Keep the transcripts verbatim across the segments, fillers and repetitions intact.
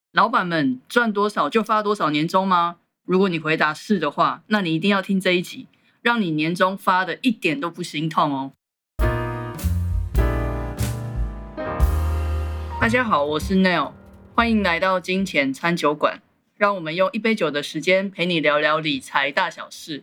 老板们赚多少就发多少年终吗？如果你回答是的话，那你一定要听这一集，让你年终发的一点都不心痛哦。大家好，我是 Neil， 欢迎来到金钱餐酒馆，让我们用一杯酒的时间陪你聊聊理财大小事。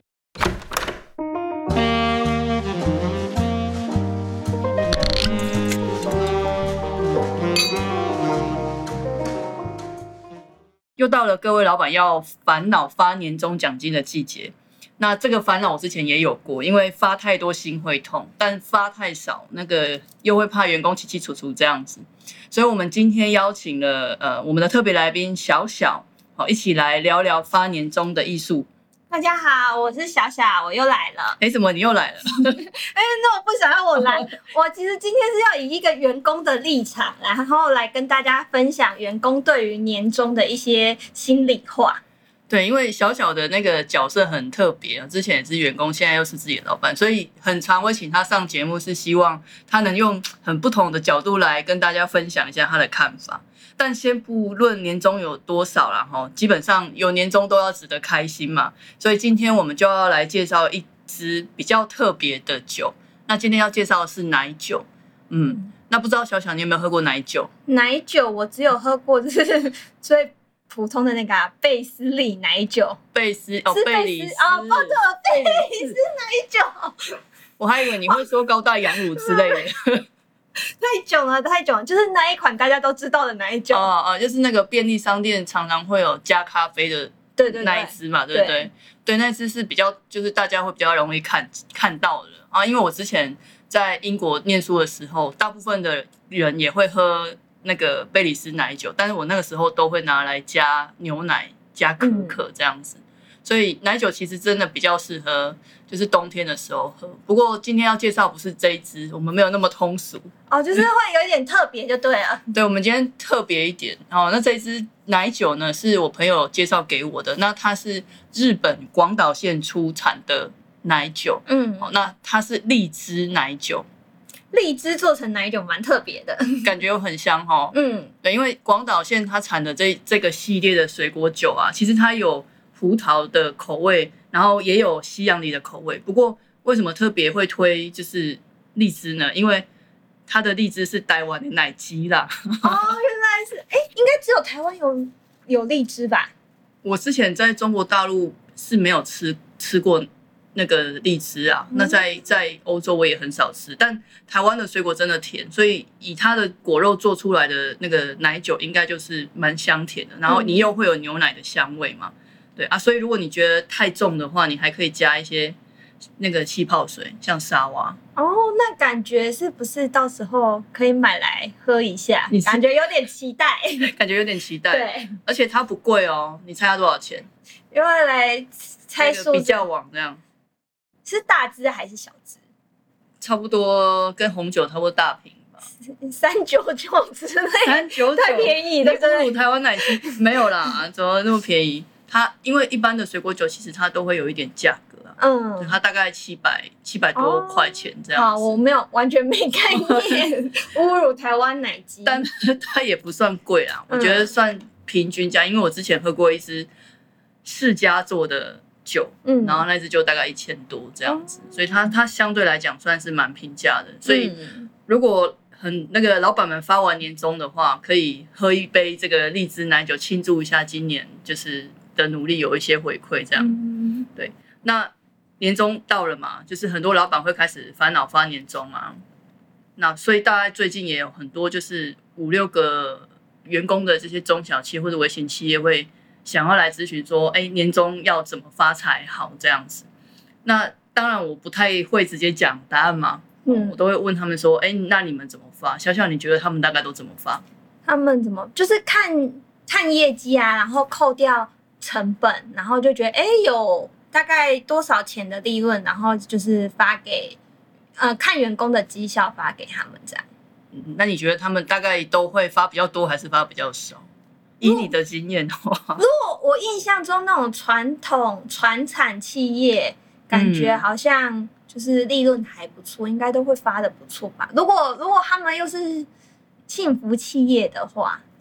又到了各位老板要烦恼发年终奖金的季节，那这个烦恼我之前也有过，因为发太多心会痛，但发太少那个又会怕员工起起楚楚这样子，所以我们今天邀请了呃我们的特别来宾小小，好一起来聊聊发年终的艺术。 大家好，我是小小，我又来了。 哎，怎么你又来了？ 哎，那我不想要我来。我其实今天是要以一个员工的立场，然后来跟大家分享员工对于年终的一些心里话。 对，因为小小的那个角色很特别，之前也是员工，现在又是自己的老板，所以很常会请他上节目，是希望他能用很不同的角度来跟大家分享一下他的看法。但先不论年终有多少啦，基本上有年终都要值得开心嘛，所以今天我们就要来介绍一支比较特别的酒。那今天要介绍的是奶酒，嗯，那不知道小小你有没有喝过奶酒？ 奶酒我只有喝过就是最普通的那个、啊、贝斯利奶酒， 贝斯哦，贝里斯哦，不对，贝里斯奶酒。 我还以为你会说高大洋乳之类的。 太久了，太久了，就是那一款大家都知道的奶酒。 哦哦，就是那个便利商店常常会有加咖啡的那一支嘛，对不对？对，对，那支是比较就是大家会比较容易看看到的啊。因为我之前在英国念书的时候，大部分的人也会喝那个贝里斯奶酒，但是我那个时候都会拿来加牛奶、加可可这样子。嗯，所以奶酒其实真的比较适合就是冬天的时候喝。不过今天要介绍不是这一支，我们没有那么通俗哦，就是会有一点特别就对了。 对，我们今天特别一点哦。那这一支奶酒呢，是我朋友介绍给我的。那它是日本广岛县出产的奶酒，嗯，哦，那它是荔枝奶酒。 荔枝做成奶酒蛮特别的， 感觉又很香哦。嗯，对，因为广岛县它产的这这个系列的水果酒啊，其实它有葡萄的口味，然后也有西洋梨的口味。不过为什么特别会推就是荔枝呢？因为它的荔枝是台湾的奶鸡啦。 哦，原来是，哎，应该只有台湾有有荔枝吧？ 我之前在中国大陆是没有吃吃过那个荔枝啊，嗯，那在在欧洲我也很少吃，但台湾的水果真的甜，所以以它的果肉做出来的那个奶酒应该就是蛮香甜的，然后你又会有牛奶的香味嘛。对啊，所以如果你觉得太重的话，你还可以加一些那个气泡水，像沙瓦。 哦，那感觉是不是到时候可以买来喝一下？你感觉有点期待， 感觉有点期待。 对， 而且它不贵哦，你猜它多少钱？ 因为来猜数、那个、 比较网这样。 是大支还是小支？ 差不多跟红酒差不多大瓶吧， 三九九之类的， 三九九太便宜了， 对不对？台湾奶昔没有啦，怎么那么便宜？它因为一般的水果酒其实它都会有一点价格啊，嗯，它大概七百七百多块钱这样子。 好，我没有完全没概念，侮辱台湾奶昔， 但它也不算贵啦，我觉得算平均价，因为我之前喝过一支世家做的酒，嗯，然后那支就大概一千多这样子，嗯，所以它它相对来讲算是蛮平价的。所以如果很那个老板们发完年终的话，可以喝一杯这个荔枝奶酒庆祝一下今年就是的努力有一些回馈这样。嗯，对。那年终到了嘛，就是很多老板会开始烦恼发年终嘛。那所以大概最近也有很多就是五六个员工的这些中小企业或者微型企业会想要来咨询说，哎，年终要怎么发才好这样子。那当然我不太会直接讲答案嘛，嗯，我都会问他们说，哎，那你们怎么发？小小你觉得他们大概都怎么发？ 他们怎么就是看看业绩啊，然后扣掉成本，然后就觉得哎有大概多少钱的利润，然后就是发给呃看员工的绩效发给他们这样。 嗯，那你觉得他们大概都会发比较多还是发比较少？以你的经验的话， 如果我印象中那种传统传产企业，感觉好像就是利润还不错，应该都会发的不错吧？如果如果他们又是幸福企业的话，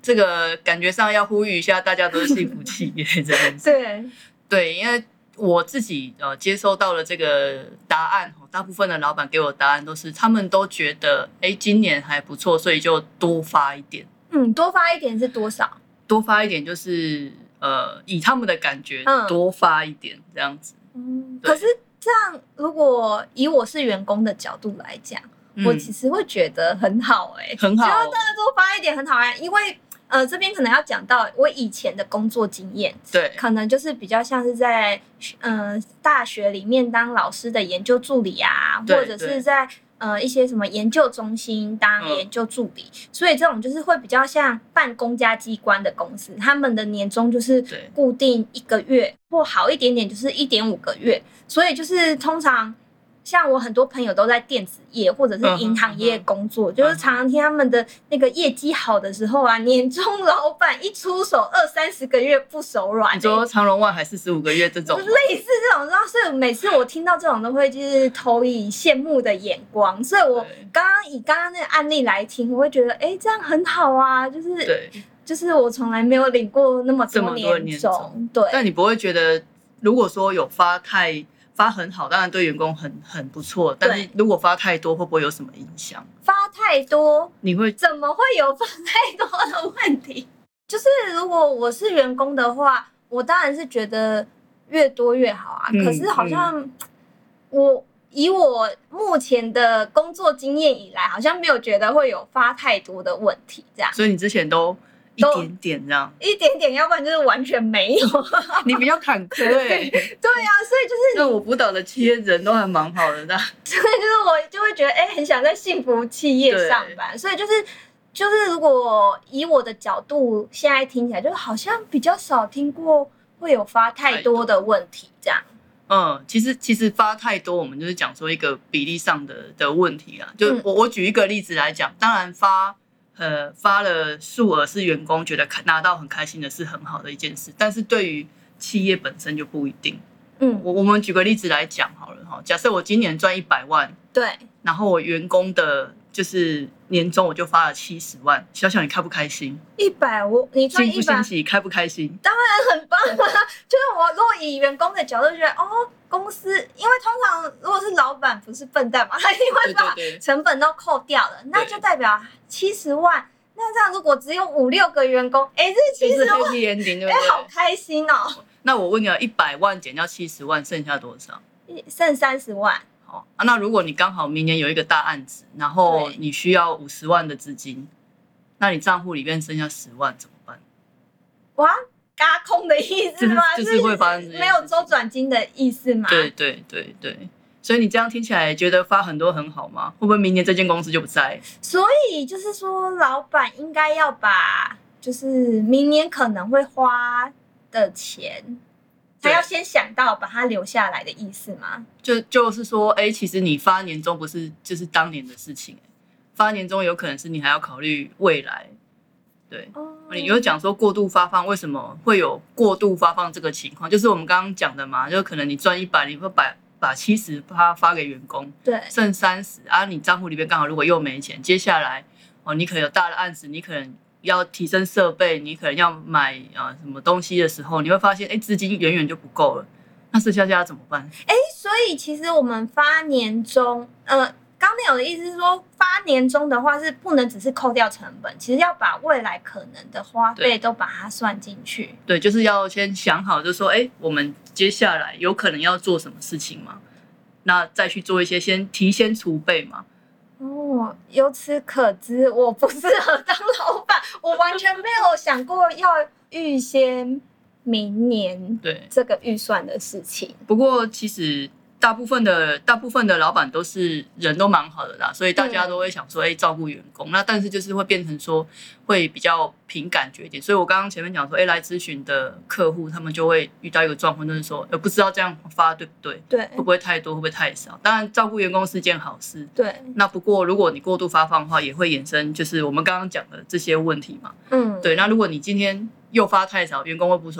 这个感觉上要呼吁一下，大家都是幸福企业这样子。 对对，因为我自己呃接收到了这个答案，大部分的老板给我的答案都是，他们都觉得，哎，今年还不错，所以就多发一点。 嗯，多发一点是多少？ 多发一点就是呃，以他们的感觉，嗯、多发一点这样子。 嗯，可是这样，如果以我是员工的角度来讲，嗯、我其实会觉得很好哎、欸， 很好， 只要大家多发一点很好啊，因为。呃，这边可能要讲到我以前的工作经验， 对， 可能就是比较像是在呃大学里面当老师的研究助理啊，或者是在呃一些什么研究中心当研究助理，嗯、所以这种就是会比较像办公家机关的公司，他们的年终就是固定一个月，或好一点点就是一点五个月，所以就是通常。像我很多朋友都在电子业或者是银行业工作，嗯、就是常常听他们的那个业绩好的时候啊，年终老板一出手二三十个月不手软、欸。 你说长荣万海四十五个月这种， 类似这种，然后所以每次我听到这种都会就是投以羡慕的眼光。所以我刚刚以刚刚那个案例来听，我会觉得哎、欸，这样很好啊，就是对， 就是我从来没有领过那么多年终，对。 但你不会觉得，如果说有发太。发很好，当然对员工很很不错，但是如果发太多，会不会有什么影响？ 发太多， 你会怎么会有发太多的问题？就是如果我是员工的话，我当然是觉得越多越好啊。嗯、可是好像、嗯、我以我目前的工作经验以来，好像没有觉得会有发太多的问题，这样。 所以你之前都。一点点这样， 一点点，要不然就是完全没有。 你比较坎坷哎、欸。 对啊，所以就是。 那我辅导的企业人都还蛮好的， 所以就是我就会觉得，哎、欸，很想在幸福企业上班。所以就是就是，如果以我的角度，现在听起来，就是好像比较少听过会有发太多的问题这样。 嗯，其实其实发太多，我们就是讲说一个比例上的的问题啦。就我、嗯、我举一个例子来讲，当然发。呃，发了数额是员工觉得拿到很开心的是很好的一件事，但是对于企业本身就不一定。嗯，我我们举个例子来讲好了哈，假设我今年赚一百万， 对， 然后我员工的就是年终我就发了七十万，小小你开不开心？ 一百我你赚一百， 欣不欣喜？开不开心？ 当然很棒啊！就是我如果以员工的角度觉得，哦，公司因为通常如果是老板不是笨蛋嘛，他一定会把成本都扣掉了，对对对，那就代表七十万。那这样如果只有五六个员工，哎，这七十万，哎，好开心哦！ 那我问你啊，一百万减掉七十万，剩下多少？ 剩三十万。 好啊，那如果你刚好明年有一个大案子，然后你需要五十万的资金，那你账户里面剩下十万怎么办？ 哇，轧空的意思吗？ 就是、就是会发生没有周转金的意思吗？ 对对对对。所以你这样听起来觉得发很多很好吗？会不会明年这间公司就不在？ 所以就是说，老板应该要把就是明年可能会花的钱，他要先想到把它留下来的意思吗？ 就就是说，哎、欸，其实你发年终不是就是当年的事情，发年终有可能是你还要考虑未来。对，哦、你有讲说过度发放，为什么会有过度发放这个情况？就是我们刚刚讲的嘛，就可能你赚一百，你会把。把七十发发给员工， 对， 剩三十啊，你账户里面刚好如果又没钱，接下来哦，你可能有大的案子，你可能要提升设备，你可能要买啊、呃、什么东西的时候，你会发现，哎，资金远远就不够了，那剩下家怎么办？ 哎，所以其实我们发年终，呃，刚才有的意思是说，发年终的话是不能只是扣掉成本，其实要把未来可能的花费都把它算进去。 对，就是要先想好，就是说，哎，我们接下来有可能要做什么事情嘛？那再去做一些先提前储备嘛。 哦，由此可知，我不适合当老板，我完全没有想过要预先明年对这个预算的事情。 不过其实。大部分的大部分的老板都是人都蛮好的啦，所以大家都会想说，哎、欸，照顾员工。那但是就是会变成说，会比较凭感觉一点。所以我刚刚前面讲说，哎、欸，来咨询的客户，他们就会遇到一个状况，就是说，呃，不知道这样发对不对？ 对， 会不会太多？会不会太少？当然，照顾员工是件好事。 对。 那不过，如果你过度发放的话，也会衍生就是我们刚刚讲的这些问题嘛。嗯。对。那如果你今天又发太少，员工会不爽。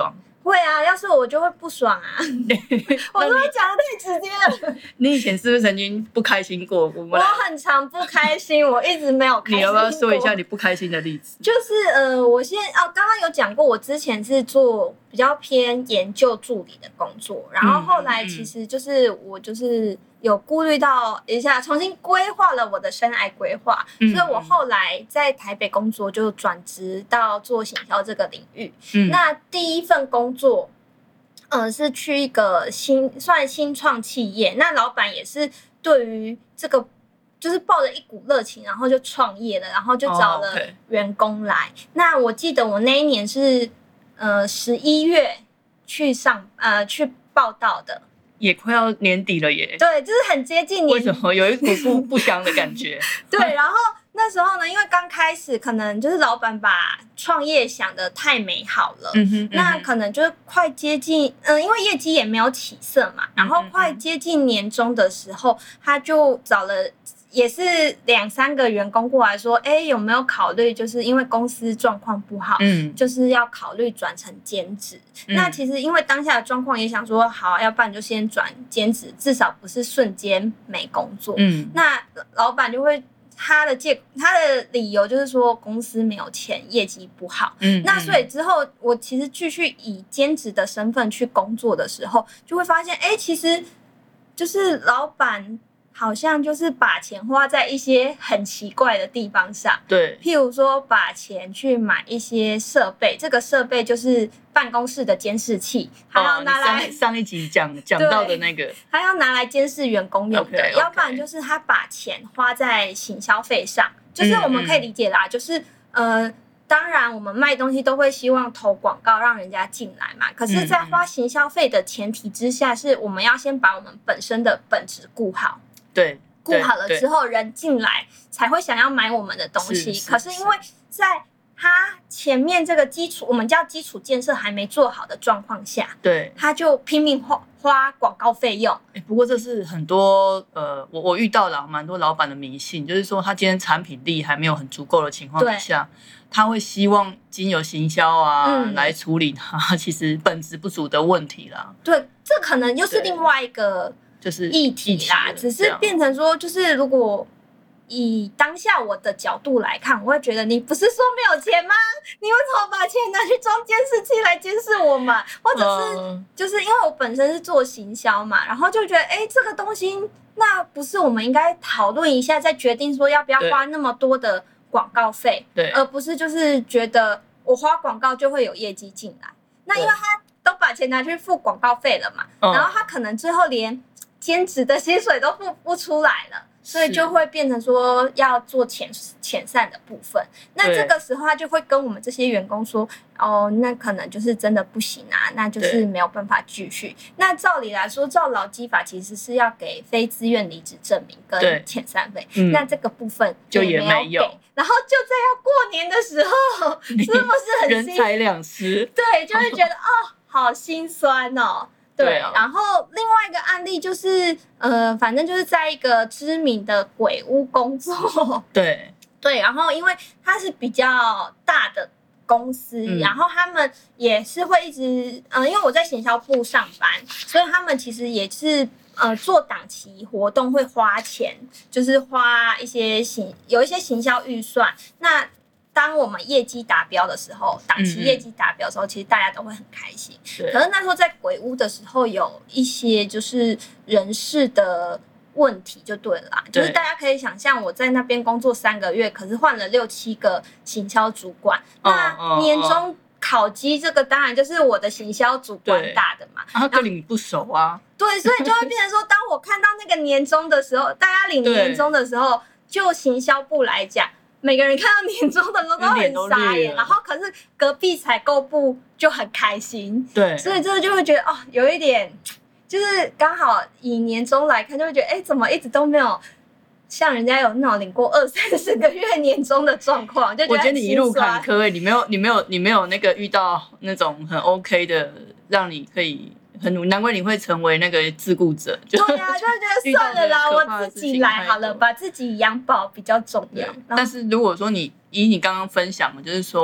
会啊，要是我就会不爽啊，我都会讲的太直接了。 你以前是不是曾经不开心过？我们我很常不开心，我一直没有开心过。 你要不要说一下你不开心的例子？ 就是呃，我现在哦，刚刚有讲过，我之前是做比较偏研究助理的工作，然后后来其实就是我就是有顾虑到一下，重新规划了我的生涯规划，嗯、所以我后来在台北工作就转职到做行销这个领域。嗯、那第一份工作，呃，是去一个新算新创企业，那老板也是对于这个就是抱着一股热情，然后就创业了，然后就找了员工来。Oh, okay. 那我记得我那一年是呃十一月去上呃去报道的。 也快要年底了耶， 对，就是很接近年底。 为什么有一股不不香的感觉？ 对，然后那时候呢，因为刚开始可能就是老板把创业想得太美好了，嗯哼嗯哼，那可能就是快接近，嗯、呃，因为业绩也没有起色嘛，然后快接近年终的时候，他就找了。也是两三个员工过来说，哎，有没有考虑？就是因为公司状况不好，嗯，就是要考虑转成兼职。嗯、那其实因为当下的状况，也想说，好，要不然就先转兼职，至少不是瞬间没工作。嗯，那老板就会他的借他的理由就是说公司没有钱，业绩不好。嗯，那所以之后我其实继续以兼职的身份去工作的时候，就会发现，哎，其实就是老板。好像就是把钱花在一些很奇怪的地方上， 对， 譬如说把钱去买一些设备，这个设备就是办公室的监视器，还要拿来、 哦、上, 上一集讲讲到的那个， 还要拿来监视员工用的， okay, okay. 要不然就是他把钱花在行销费上，就是我们可以理解啦，嗯嗯就是呃。当然，我们卖东西都会希望投广告让人家进来嘛。可是，在花行销费的前提之下，是我们要先把我们本身的本质顾好。 对， 顾好了之后，人进来才会想要买我们的东西。是是可是因为在他前面这个基础，我们叫基础建设还没做好的状况下， 对， 他就拼命花花广告费用。 欸、不过这是很多呃，我我遇到了蛮多老板的迷信，就是说他今天产品力还没有很足够的情况之下，他会希望经由行销啊、嗯、来处理他其实本质不足的问题啦。 对，这可能又是另外一个就是议题啦，只是变成说，就是如果以当下我的角度来看，我会觉得你不是说没有钱吗？你为什么把钱拿去装监视器来监视我们？或者是就是因为我本身是做行销嘛，然后就觉得哎，这个东西那不是我们应该讨论一下，再决定说要不要花那么多的广告费，对，而不是就是觉得我花广告就会有业绩进来。那因为他都把钱拿去付广告费了嘛，然后他可能最后连兼职的薪水都付不出来了。所以就会变成说要做遣遣散的部分，那这个时候他就会跟我们这些员工说，哦，那可能就是真的不行啊，那就是没有办法继续。那照理来说，照劳基法其实是要给非自愿离职证明跟遣散费，嗯、那这个部分就也没有给。 有然后就在要过年的时候，是不是很人财两失？ 对，就会觉得哦，好心酸哦。对, 对、啊，然后另外一个案例就是，呃，反正就是在一个知名的鬼屋工作。 对对，然后因为它是比较大的公司，嗯、然后他们也是会一直，嗯、呃，因为我在行销部上班，所以他们其实也是呃做档期活动会花钱，就是花一些行有一些行销预算。那当我们业绩达标的时候，档期业绩达标的时候，嗯嗯其实大家都会很开心。可是那时候在鬼屋的时候，有一些就是人事的问题就对了啦，就是大家可以想象，我在那边工作三个月，可是换了六七个行销主管，哦、那年终考绩这个当然就是我的行销主管打的嘛， 他跟你不熟啊。 对，所以就会变成说，当我看到那个年终的时候，大家领年终的时候，就行销部来讲。每个人看到年终的时候都很傻眼，然后可是隔壁采购部就很开心，对，所以这就会觉得哦，有一点就是刚好以年终来看，就会觉得哎，怎么一直都没有像人家有那种领过二三十个月年终的状况，就觉得我觉得你一路坎坷、欸，你没有你没有你没有那个遇到那种很 OK 的，让你可以。很难怪你会成为那个自雇者， 对啊，就会觉得算了啦，我自己来好了，把自己养饱比较重要。 但是如果说你以你刚刚分享的，就是说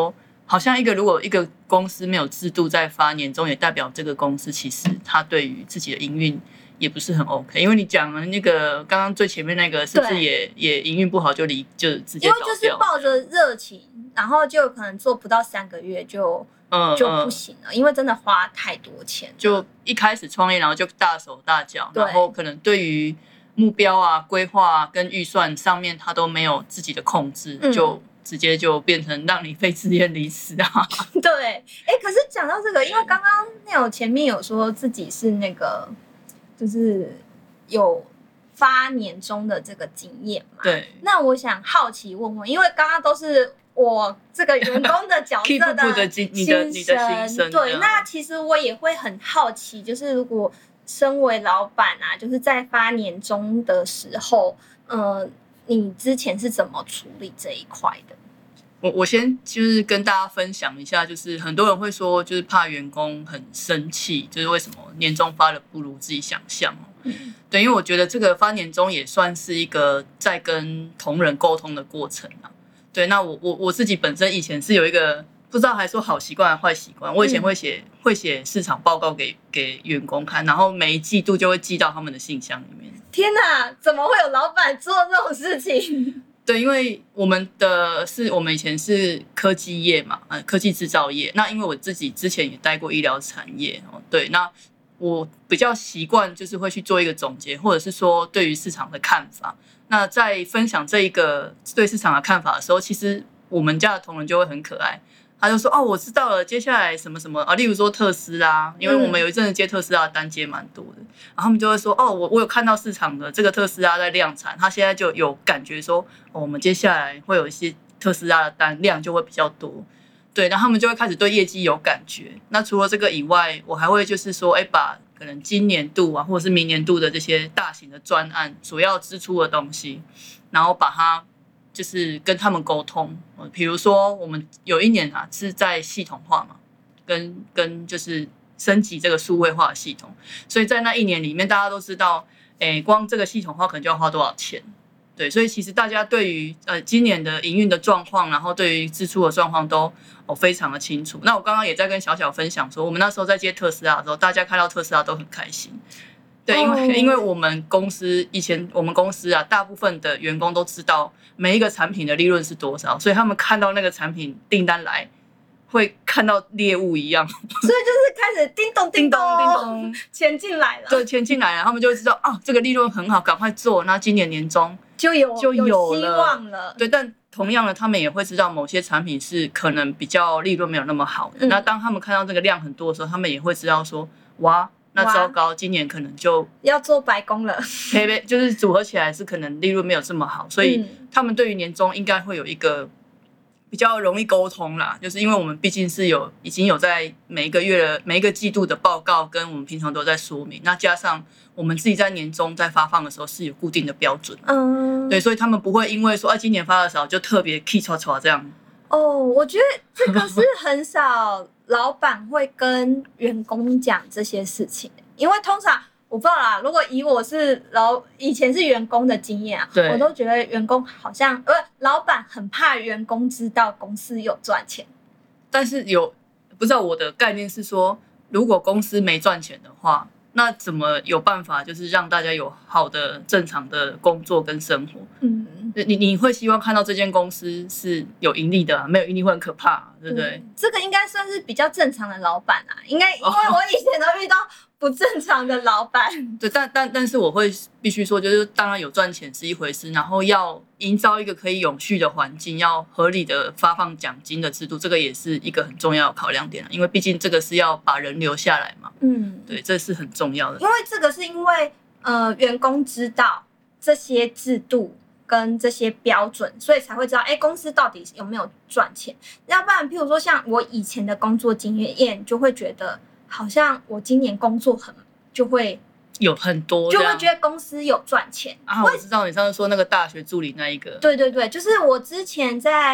好像一个如果一个公司没有制度在发年终，也代表这个公司其实它对于自己的营运也不是很 OK。因为你讲的那个刚刚最前面那个，是不是也也营运不好就离就直接倒掉？ 因为就是抱着热情，然后就可能做不到三个月就。嗯，就不行了，因为真的花太多钱了。 就一开始创业，然后就大手大脚，然后可能对于目标啊、规划啊跟预算上面，他都没有自己的控制，嗯、就直接就变成让你非自愿离职啊。 对，哎、欸，可是讲到这个，因为刚刚那有前面有说自己是那个，就是有发年终的这个经验嘛。 对。 那我想好奇问问，因为刚刚都是。我这个员工的角色的你的你的心声， 对，那其实我也会很好奇，就是如果身为老板啊，就是在发年终的时候，呃，你之前是怎么处理这一块的？ 我我先就是跟大家分享一下，就是很多人会说，就是怕员工很生气，就是为什么年终发的不如自己想象哦。嗯，对，因为我觉得这个发年终也算是一个在跟同仁沟通的过程啊。对，那我我我自己本身以前是有一个不知道还说好习惯还是坏习惯，我以前会写、嗯、会写市场报告给给员工看，然后每一季度就会寄到他们的信箱里面。 天哪，怎么会有老板做这种事情？ 对，因为我们的是我们以前是科技业嘛，呃，科技制造业。那因为我自己之前也待过医疗产业，对，那我比较习惯就是会去做一个总结，或者是说对于市场的看法。那在分享这一个对市场的看法的时候，其实我们家的同仁就会很可爱，他就说：“哦，我知道了，接下来什么什么啊，例如说特斯拉，因为我们有一阵子接特斯拉的单接蛮多的，然后他们就会说：哦，我我有看到市场的这个特斯拉在量产，他现在就有感觉说，哦，我们接下来会有一些特斯拉的单量就会比较多，对，然后他们就会开始对业绩有感觉。那除了这个以外，我还会就是说，哎，把可能今年度啊，或者是明年度的这些大型的专案所要支出的东西，然后把它就是跟他们沟通。比如说我们有一年啊是在系统化嘛，跟跟就是升级这个数位化的系统，所以在那一年里面，大家都知道，哎，光这个系统化可能就要花多少钱。对，所以其实大家对于呃今年的营运的状况，然后对于支出的状况都哦非常的清楚。那我刚刚也在跟小小分享说，我们那时候在接特斯拉的时候，大家看到特斯拉都很开心。对，因为、oh. 因为我们公司以前我们公司啊，大部分的员工都知道每一个产品的利润是多少，所以他们看到那个产品订单来，会看到猎物一样，所以就是开始叮咚叮咚叮咚钱进来了， 对，钱进来了，他们就会知道啊，这个利润很好，赶快做，那今年年终就有就有有希望了。 对，但同样的，他们也会知道某些产品是可能比较利润没有那么好的。嗯、那当他们看到这个量很多的时候，他们也会知道说，哇，那糟糕，今年可能就要做白工了。 就是组合起来是可能利润没有这么好，所以他们对于年终应该会有一个比较容易沟通啦，就是因为我们毕竟是有已经有在每一个月的每一个季度的报告，跟我们平常都在说明，那加上我们自己在年终在发放的时候是有固定的标准，嗯，对，所以他们不会因为说啊今年发的少就特别气刷刷这样。 哦，我觉得这个是很少老板会跟员工讲这些事情，因为通常我不知道啦，如果以我是老以前是员工的经验啊，我都觉得员工好像呃，老板很怕员工知道公司有赚钱。 但是有不知道我的概念是说，如果公司没赚钱的话，那怎么有办法就是让大家有好的正常的工作跟生活？嗯，你你会希望看到这间公司是有盈利的啊，没有盈利会很可怕啊，对不对？ 嗯，这个应该算是比较正常的老板啊，应该因为我以前都遇到不正常的老板。 对，但但但是我会必须说，就是当然有赚钱是一回事，然后要营造一个可以永续的环境，要合理的发放奖金的制度，这个也是一个很重要的考量点，因为毕竟这个是要把人留下来嘛。嗯，对，这是很重要的。 因为这个是因为呃员工知道这些制度跟这些标准，所以才会知道，哎，公司到底有没有赚钱。要不然，譬如说像我以前的工作经验，就会觉得好像我今年工作很就会有很多， 就会觉得公司有赚钱啊。我知道你上次说那个大学助理那一个， 对对对，就是我之前在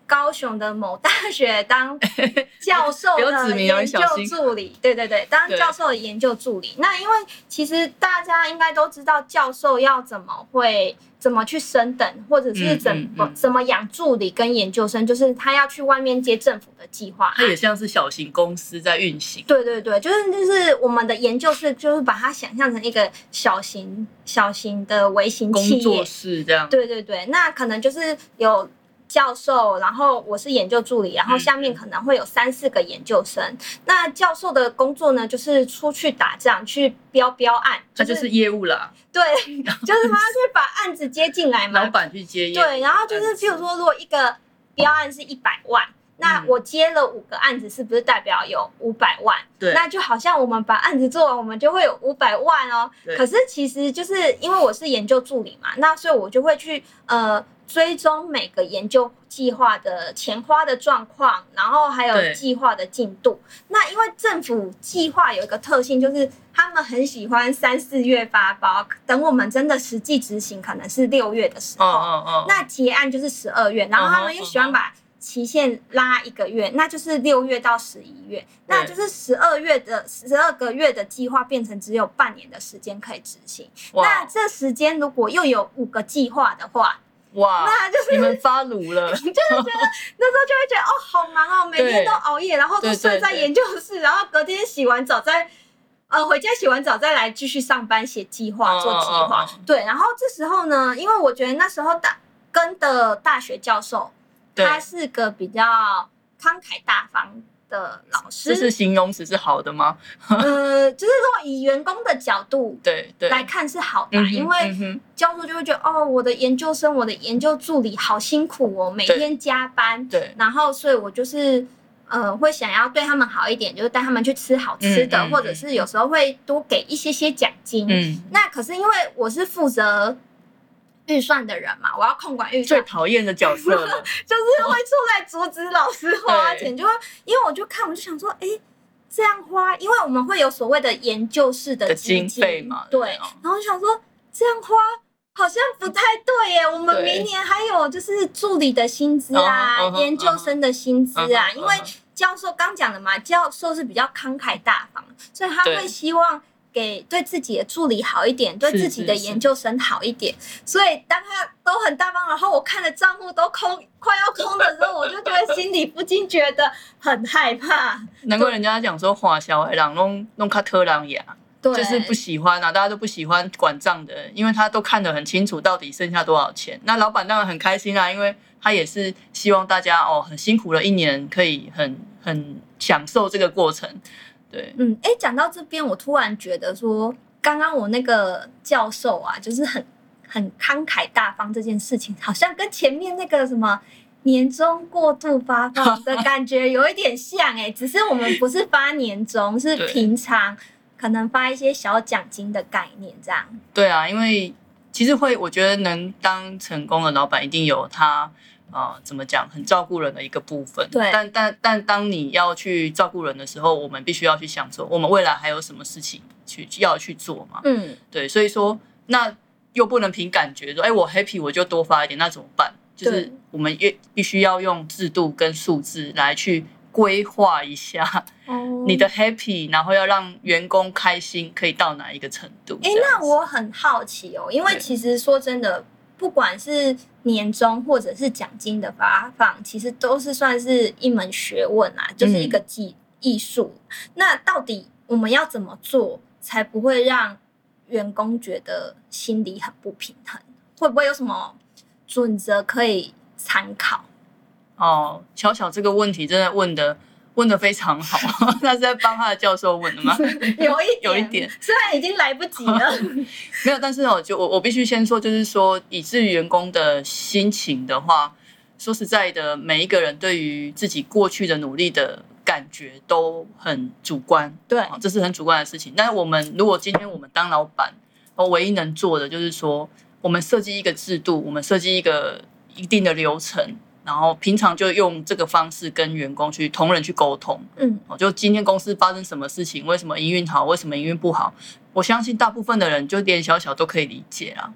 高雄的某大学当教授的研究助理，对对对，当教授的研究助理。那因为其实大家应该都知道，教授要怎么会怎么去升等，或者是怎么、嗯嗯嗯、怎么养助理跟研究生，就是他要去外面接政府的计划， 它也像是小型公司在运行。 对对对，就是就是我们的研究室，就是把它想象成一个小型小型的微型企业工作室这样。 对对对，那可能就是有教授，然后我是研究助理，然后下面可能会有三四个研究生。嗯、那教授的工作呢，就是出去打仗，去标标案， 他就是业务啦。 对，就是他去把案子接进来嘛， 老板去接业务。 对，然后就是譬如说，如果一个标案是一百万。那我接了五个案子，是不是代表有五百万？ 对， 那就好像我们把案子做完，我们就会有五百万哦。可是其实就是因为我是研究助理嘛，那所以我就会去呃追踪每个研究计划的钱花的状况，然后还有计划的进度。那因为政府计划有一个特性，就是他们很喜欢三四月发包，等我们真的实际执行可能是六月的时候，哦哦哦那结案就是十二月，然后他们又喜欢把期限拉一个月，那就是六月到十一月，那就是十二月的十二个月的计划变成只有半年的时间可以执行。那这时间如果又有五个计划的话， 哇， 那就是你们发炉了， 就是觉得那时候就会觉得哦，好忙哦，每天都熬夜，然后都睡在研究室，然后隔天洗完澡再呃回家洗完澡再来继续上班写计划做计划。Oh, oh, oh. 对，然后这时候呢，因为我觉得那时候大跟的大学教授。他是个比较慷慨大方的老师， 这是形容词是好的吗？ 呃，就是如果以员工的角度对对来看是好的，嗯、因为教授就会觉得哦，我的研究生、我的研究助理好辛苦哦，每天加班， 对， 然后所以我就是呃会想要对他们好一点，就是带他们去吃好吃的，嗯、或者是有时候会多给一些些奖金。嗯，那可是因为我是负责预算的人嘛，我要控管预算， 最讨厌的角色了就是会出来阻止老师花钱，就会因为我就看我就想说，哎，这样花，因为我们会有所谓的研究室的经费嘛， 对，然后就想说这样花好像不太对耶，我们明年还有就是助理的薪资啊，研究生的薪资啊，因为教授刚讲的嘛，教授是比较慷慨大方，所以他会希望给对自己的助理好一点，对自己的研究生好一点，所以当他都很大方，然后我看的账户都空，快要空的时候，我就觉得心里不禁觉得很害怕。 难怪人家讲说花小孩人弄弄卡特狼牙，就是不喜欢啊，大家都不喜欢管账的人，因为他都看得很清楚到底剩下多少钱。那老板当然很开心啊，因为他也是希望大家哦很辛苦了一年，可以很很享受这个过程。对， 嗯，哎，讲到这边，我突然觉得说，刚刚我那个教授啊，就是很很慷慨大方这件事情，好像跟前面那个什么年终过度发放的感觉有一点像哎、欸，只是我们不是发年终，是平常可能发一些小奖金的概念这样。 对啊，因为其实会，我觉得能当成功的老板，一定有他。呃，怎么讲，很照顾人的一个部分。 对， 但但但当你要去照顾人的时候，我们必须要去想说，我们未来还有什么事情去要去做嘛？嗯，对，所以说那又不能凭感觉说，哎，我 happy 我就多发一点，那怎么办？就是我们也必须要用制度跟数字来去规划一下你的 happy， 然后要让员工开心，可以到哪一个程度？ 哎，那我很好奇哦，因为其实说真的。不管是年终或者是奖金的发放，其实都是算是一门学问啊，就是一个技艺术。那到底我们要怎么做，才不会让员工觉得心里很不平衡？会不会有什么准则可以参考？ 哦，巧巧这个问题真的问的问的非常好，那是在帮他的教授问的吗？ 有一点有一点， 虽然已经来不及了。 没有，但是哦，就我我必须先说，就是说，以至于员工的心情的话，说实在的，每一个人对于自己过去的努力的感觉都很主观， 对， 这是很主观的事情。但是我们如果今天我们当老板，我唯一能做的就是说，我们设计一个制度，我们设计一个一定的流程。然后平常就用这个方式跟员工去同仁去沟通，嗯，就今天公司发生什么事情，为什么营运好，为什么营运不好，我相信大部分的人就连小小都可以理解啦。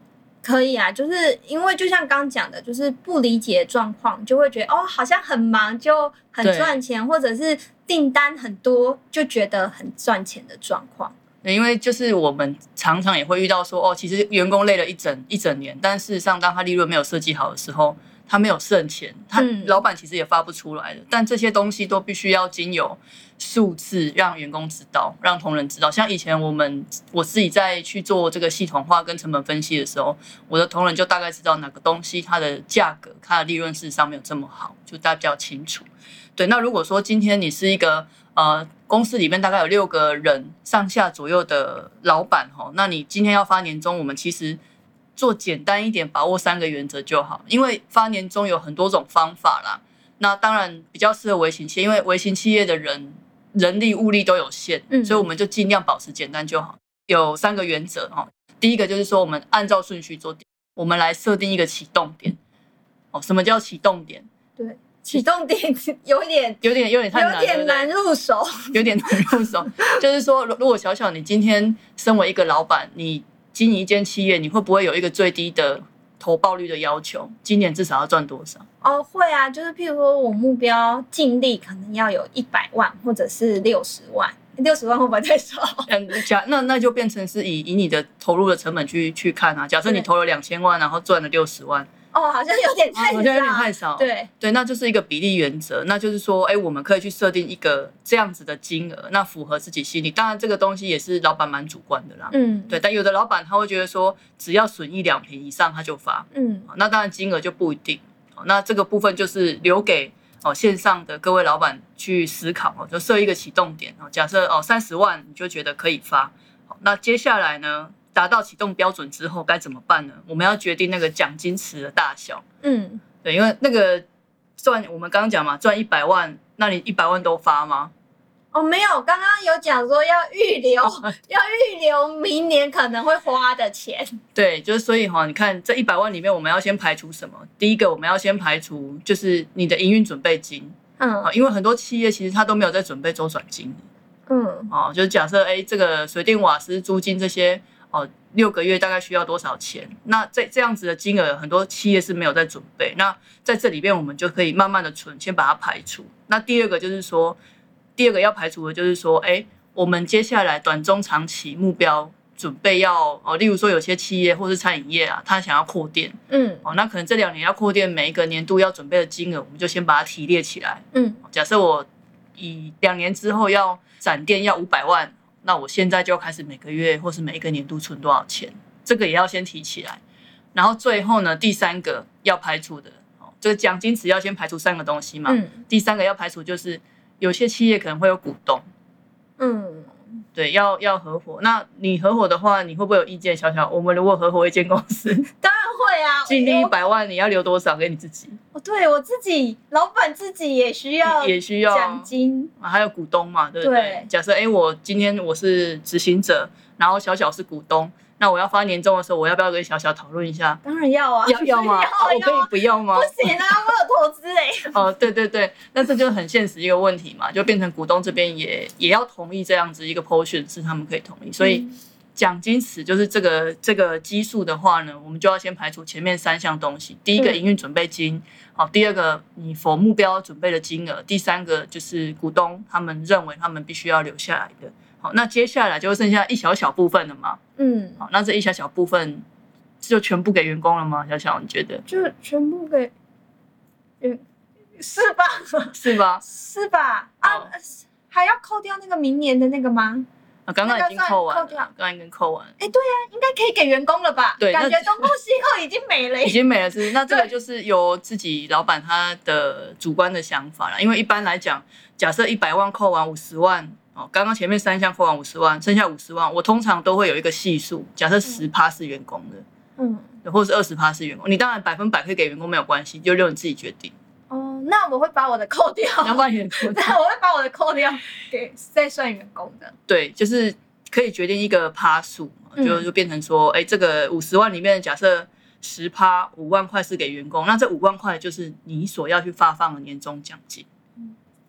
可以啊，就是因为就像刚刚讲的，就是不理解状况，就会觉得哦，好像很忙就很赚钱，或者是订单很多就觉得很赚钱的状况。 因为就是我们常常也会遇到说，哦，其实员工累了一整一整年，但事实上当他利润没有设计好的时候，他没有剩钱，他老板其实也发不出来的。嗯、但这些东西都必须要经由数字让员工知道，让同仁知道。像以前我们我自己在去做这个系统化跟成本分析的时候，我的同仁就大概知道哪个东西它的价格、它的利润事实上没有这么好，就大家比较清楚。对，那如果说今天你是一个呃公司里面大概有六个人上下左右的老板哈，那你今天要发年终，我们其实做简单一点，把握三个原则就好。因为发年终有很多种方法啦，那当然比较适合微型企业，因为微型企业的人人力物力都有限，嗯、所以我们就尽量保持简单就好。有三个原则哈，第一个就是说我们按照顺序做，我们来设定一个启动点。哦，什么叫启动点？ 对。启动点有点有点有点太难， 有点难入手， 有点难入手。就是说，如果小小你今天身为一个老板，你经营一间企业，你会不会有一个最低的投报率的要求？今年至少要赚多少？ 哦，会啊，就是譬如说我目标净利可能要有一百万，或者是六十万。六十万会不会太少？ 嗯，假那那就变成是以以你的投入的成本去去看啊。假设你投了两千万，然后赚了六十万。 哦，好像有点太少， 好像有点太少。 对对，那就是一个比例原则，那就是说，哎，我们可以去设定一个这样子的金额，那符合自己心里。当然，这个东西也是老板蛮主观的啦。嗯，对。但有的老板他会觉得说，只要损益两平以上他就发。嗯，那当然金额就不一定。那这个部分就是留给哦线上的各位老板去思考哦，就设一个启动点哦。假设哦三十万你就觉得可以发，那接下来呢？达到启动标准之后该怎么办呢？我们要决定那个奖金池的大小。嗯，对，因为那个赚我们刚刚讲嘛，赚一百万，那你一百万都发吗？ 哦，没有，刚刚有讲说要预留，要预留明年可能会花的钱。 对，就是所以哈，你看这一百万里面，我们要先排除什么？第一个，我们要先排除就是你的营运准备金。嗯，因为很多企业其实它都没有在准备周转金。嗯，哦，就是假设哎，这个水电瓦斯租金这些。哦，六个月大概需要多少钱？那这这样子的金额，很多企业是没有在准备。那在这里边，我们就可以慢慢的存，先把它排除。那第二个就是说，第二个要排除的就是说，哎，我们接下来短中长期目标准备要哦，例如说有些企业或是餐饮业啊，他想要扩店，嗯，哦，那可能这两年要扩店，每一个年度要准备的金额，我们就先把它提列起来。嗯，假设我以两年之后要展店要五百万。那我现在就开始每个月或是每一个年度存多少钱，这个也要先提起来。然后最后呢，第三个要排除的，哦，这个奖金池要先排除三个东西嘛。嗯。第三个要排除就是有些企业可能会有股东，嗯，对，要要合伙。那你合伙的话，你会不会有意见？小小，我们如果合伙一间公司， 当然会啊。 净利一百万，你要留多少给你自己？ 哦，对我自己，老板自己也需要， 也需要奖金啊，还有股东嘛，对不对？对，假设哎，我今天我是执行者，然后小小是股东，那我要发年终的时候，我要不要跟小小讨论一下？ 当然要啊， 要要吗？我可以不要吗？ 不行啊，我有投资哎。 哦，对对对，那这就很现实一个问题嘛，就变成股东这边也也要同意这样子一个 portion 是他们可以同意，所以。嗯奖金池就是这个这个基数的话呢，我们就要先排除前面三项东西。第一个营运准备金，好，第二个你否目标准备的金额，第三个就是股东他们认为他们必须要留下来的。好，那接下来就剩下一小小部分了嘛。嗯，好，那这一小小部分就全部给员工了吗？小小你觉得？ 就全部给员是吧？ 是吧？ 是吧？啊，还要扣掉那个明年的那个吗？ 啊，刚刚已经扣完了，刚刚已经扣完。 哎，对啊，应该可以给员工了吧？对，感觉东宫西后已经没了， 已经没了是。那这个就是由自己老板他的主观的想法了。因为一般来讲，假设一百万扣完五十万，哦，刚刚前面三项扣完五十万，剩下五十万，我通常都会有一个系数，假设十趴是员工的，嗯，或者是二十趴是员工。你当然百分百可以给员工没有关系，就由你自己决定。 哦，那我会把我的扣掉， 你要把你的扣掉， 我会把我的扣掉，给再算员工的。 对，就是可以决定一个趴数，就就变成说，哎、嗯，这个五十万里面，假设十趴五万块是给员工，那这五万块就是你所要去发放的年终奖金。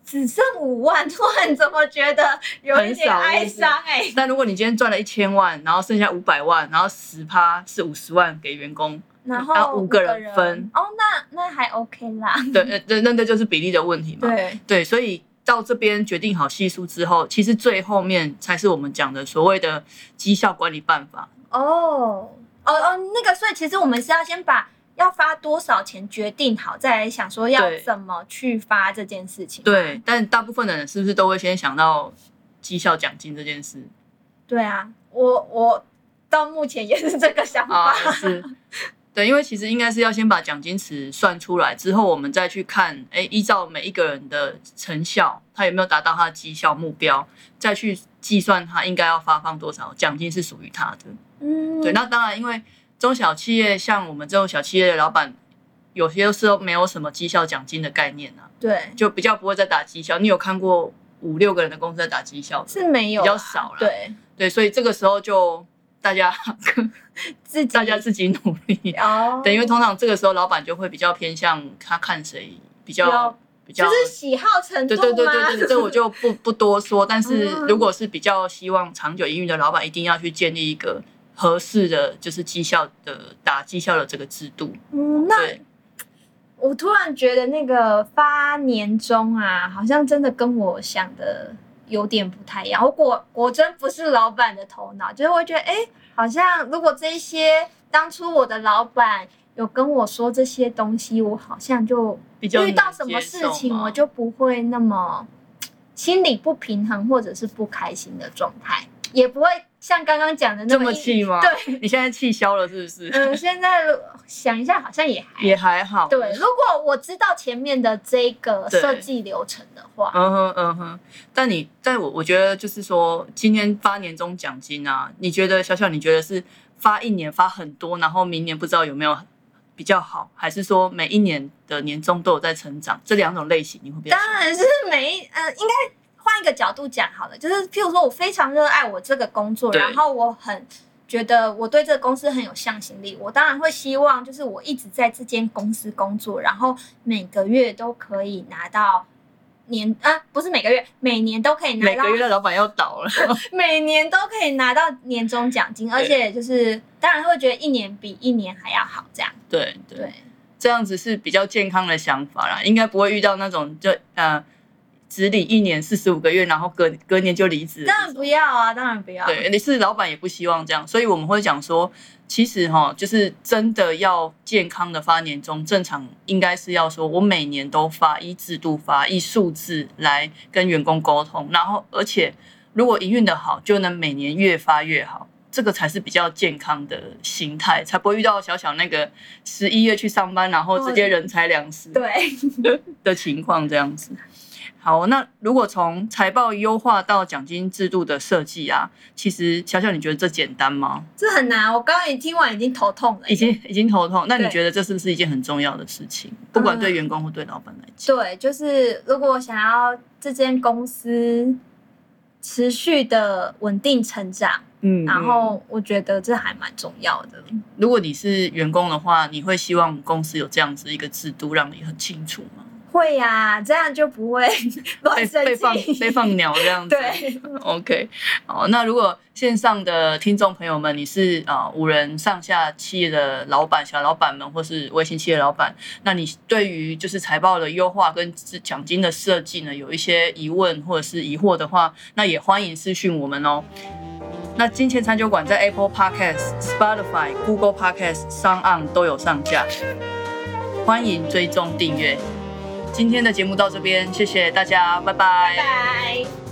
只剩五万，突然怎么觉得有一点哀伤哎？ 但如果你今天赚了一千万，然后剩下五百万，然后十趴是五十万给员工， 然后五个人分， 哦，那那还 OK 啦。 对，对，那那就是比例的问题嘛。 对对，所以到这边决定好系数之后，其实最后面才是我们讲的所谓的绩效管理办法。 哦哦哦，那个，所以其实我们是要先把要发多少钱决定好，再来想说要怎么去发这件事情。 对，但大部分的人是不是都会先想到绩效奖金这件事？ 对啊，我我到目前也是这个想法。 啊，是。对，因为其实应该是要先把奖金池算出来之后，我们再去看，哎，依照每一个人的成效，他有没有达到他的绩效目标，再去计算他应该要发放多少奖金是属于他的。嗯，对。那当然，因为中小企业像我们这种小企业的老板，有些时候没有什么绩效奖金的概念啊， 对， 就比较不会再打绩效。你有看过五六个人的公司在打绩效的？ 是没有， 比较少了。 对对，所以这个时候就。大家自己大家自己努力哦，对，因为通常这个时候老板就会比较偏向他看谁比较比较， 就是喜好程度吗？ 对对对对对，这我就不不多说。但是如果是比较希望长久营运的老板，一定要去建立一个合适的，就是绩效的打绩效的这个制度。嗯，那我突然觉得那个发年终啊，好像真的跟我想的有点不太一样。我果果真不是老板的头脑，就是我觉得，哎，好像如果这些当初我的老板有跟我说这些东西，我好像就遇到什么事情，我就不会那么心里不平衡或者是不开心的状态，也不会像刚刚讲的那么这么气吗？ 对， 你现在气消了是不是？ 嗯，现在想一下，好像也还也还好。 对，如果我知道前面的这个设计流程的话， 嗯哼嗯哼。但你，但我我觉得就是说，今天发年终奖金啊，你觉得小小，你觉得是发一年发很多，然后明年不知道有没有比较好，还是说每一年的年终都有在成长？这两种类型你会比较？ 当然是每一呃，应该。换一个角度讲好了，就是譬如说我非常热爱我这个工作，然后我很觉得我对这个公司很有向心力，我当然会希望就是我一直在这间公司工作，然后每个月都可以拿到年啊，不是每个月，每年都可以拿到。 每个月的老板要倒了， 每年都可以拿到年终奖金，而且就是当然会觉得一年比一年还要好，这样。 对 对, 对， 这样子是比较健康的想法啦，应该不会遇到那种就呃。只领一年四十五个月，然后隔隔年就离职。 当然不要啊，当然不要。 对，你是老板也不希望这样，所以我们会讲说，其实哈，就是真的要健康的发年终，正常应该是要说我每年都发，依制度发，依数字来跟员工沟通，然后而且如果营运的好，就能每年越发越好，这个才是比较健康的心态，才不会遇到小小那个十一月去上班，然后直接人财两失对的情况这样子。好，那如果从财报优化到奖金制度的设计啊，其实小小你觉得这简单吗？ 这很难，我刚刚一听完已经头痛了， 已经已经头痛。那你觉得这是不是一件很重要的事情？不管对员工或对老板来讲、 嗯。对，就是如果想要这间公司持续的稳定成长，嗯，然后我觉得这还蛮重要的。 如果你是员工的话，你会希望公司有这样子一个制度，让你很清楚吗？ 会呀、啊，这样就不会乱生气， 被放被放鸟这样子。 对 ，OK， 好，那如果线上的听众朋友们，你是啊、呃、五人上下企业的老板、小老板们，或是微型企业老板，那你对于就是财报的优化跟奖金的设计呢，有一些疑问或者是疑惑的话，那也欢迎私讯我们哦。那金钱餐酒馆在 Apple Podcast、Spotify、Google Podcast、SoundOn 都有上架，欢迎追踪订阅。今天的节目到这边，谢谢大家，拜拜。 拜拜。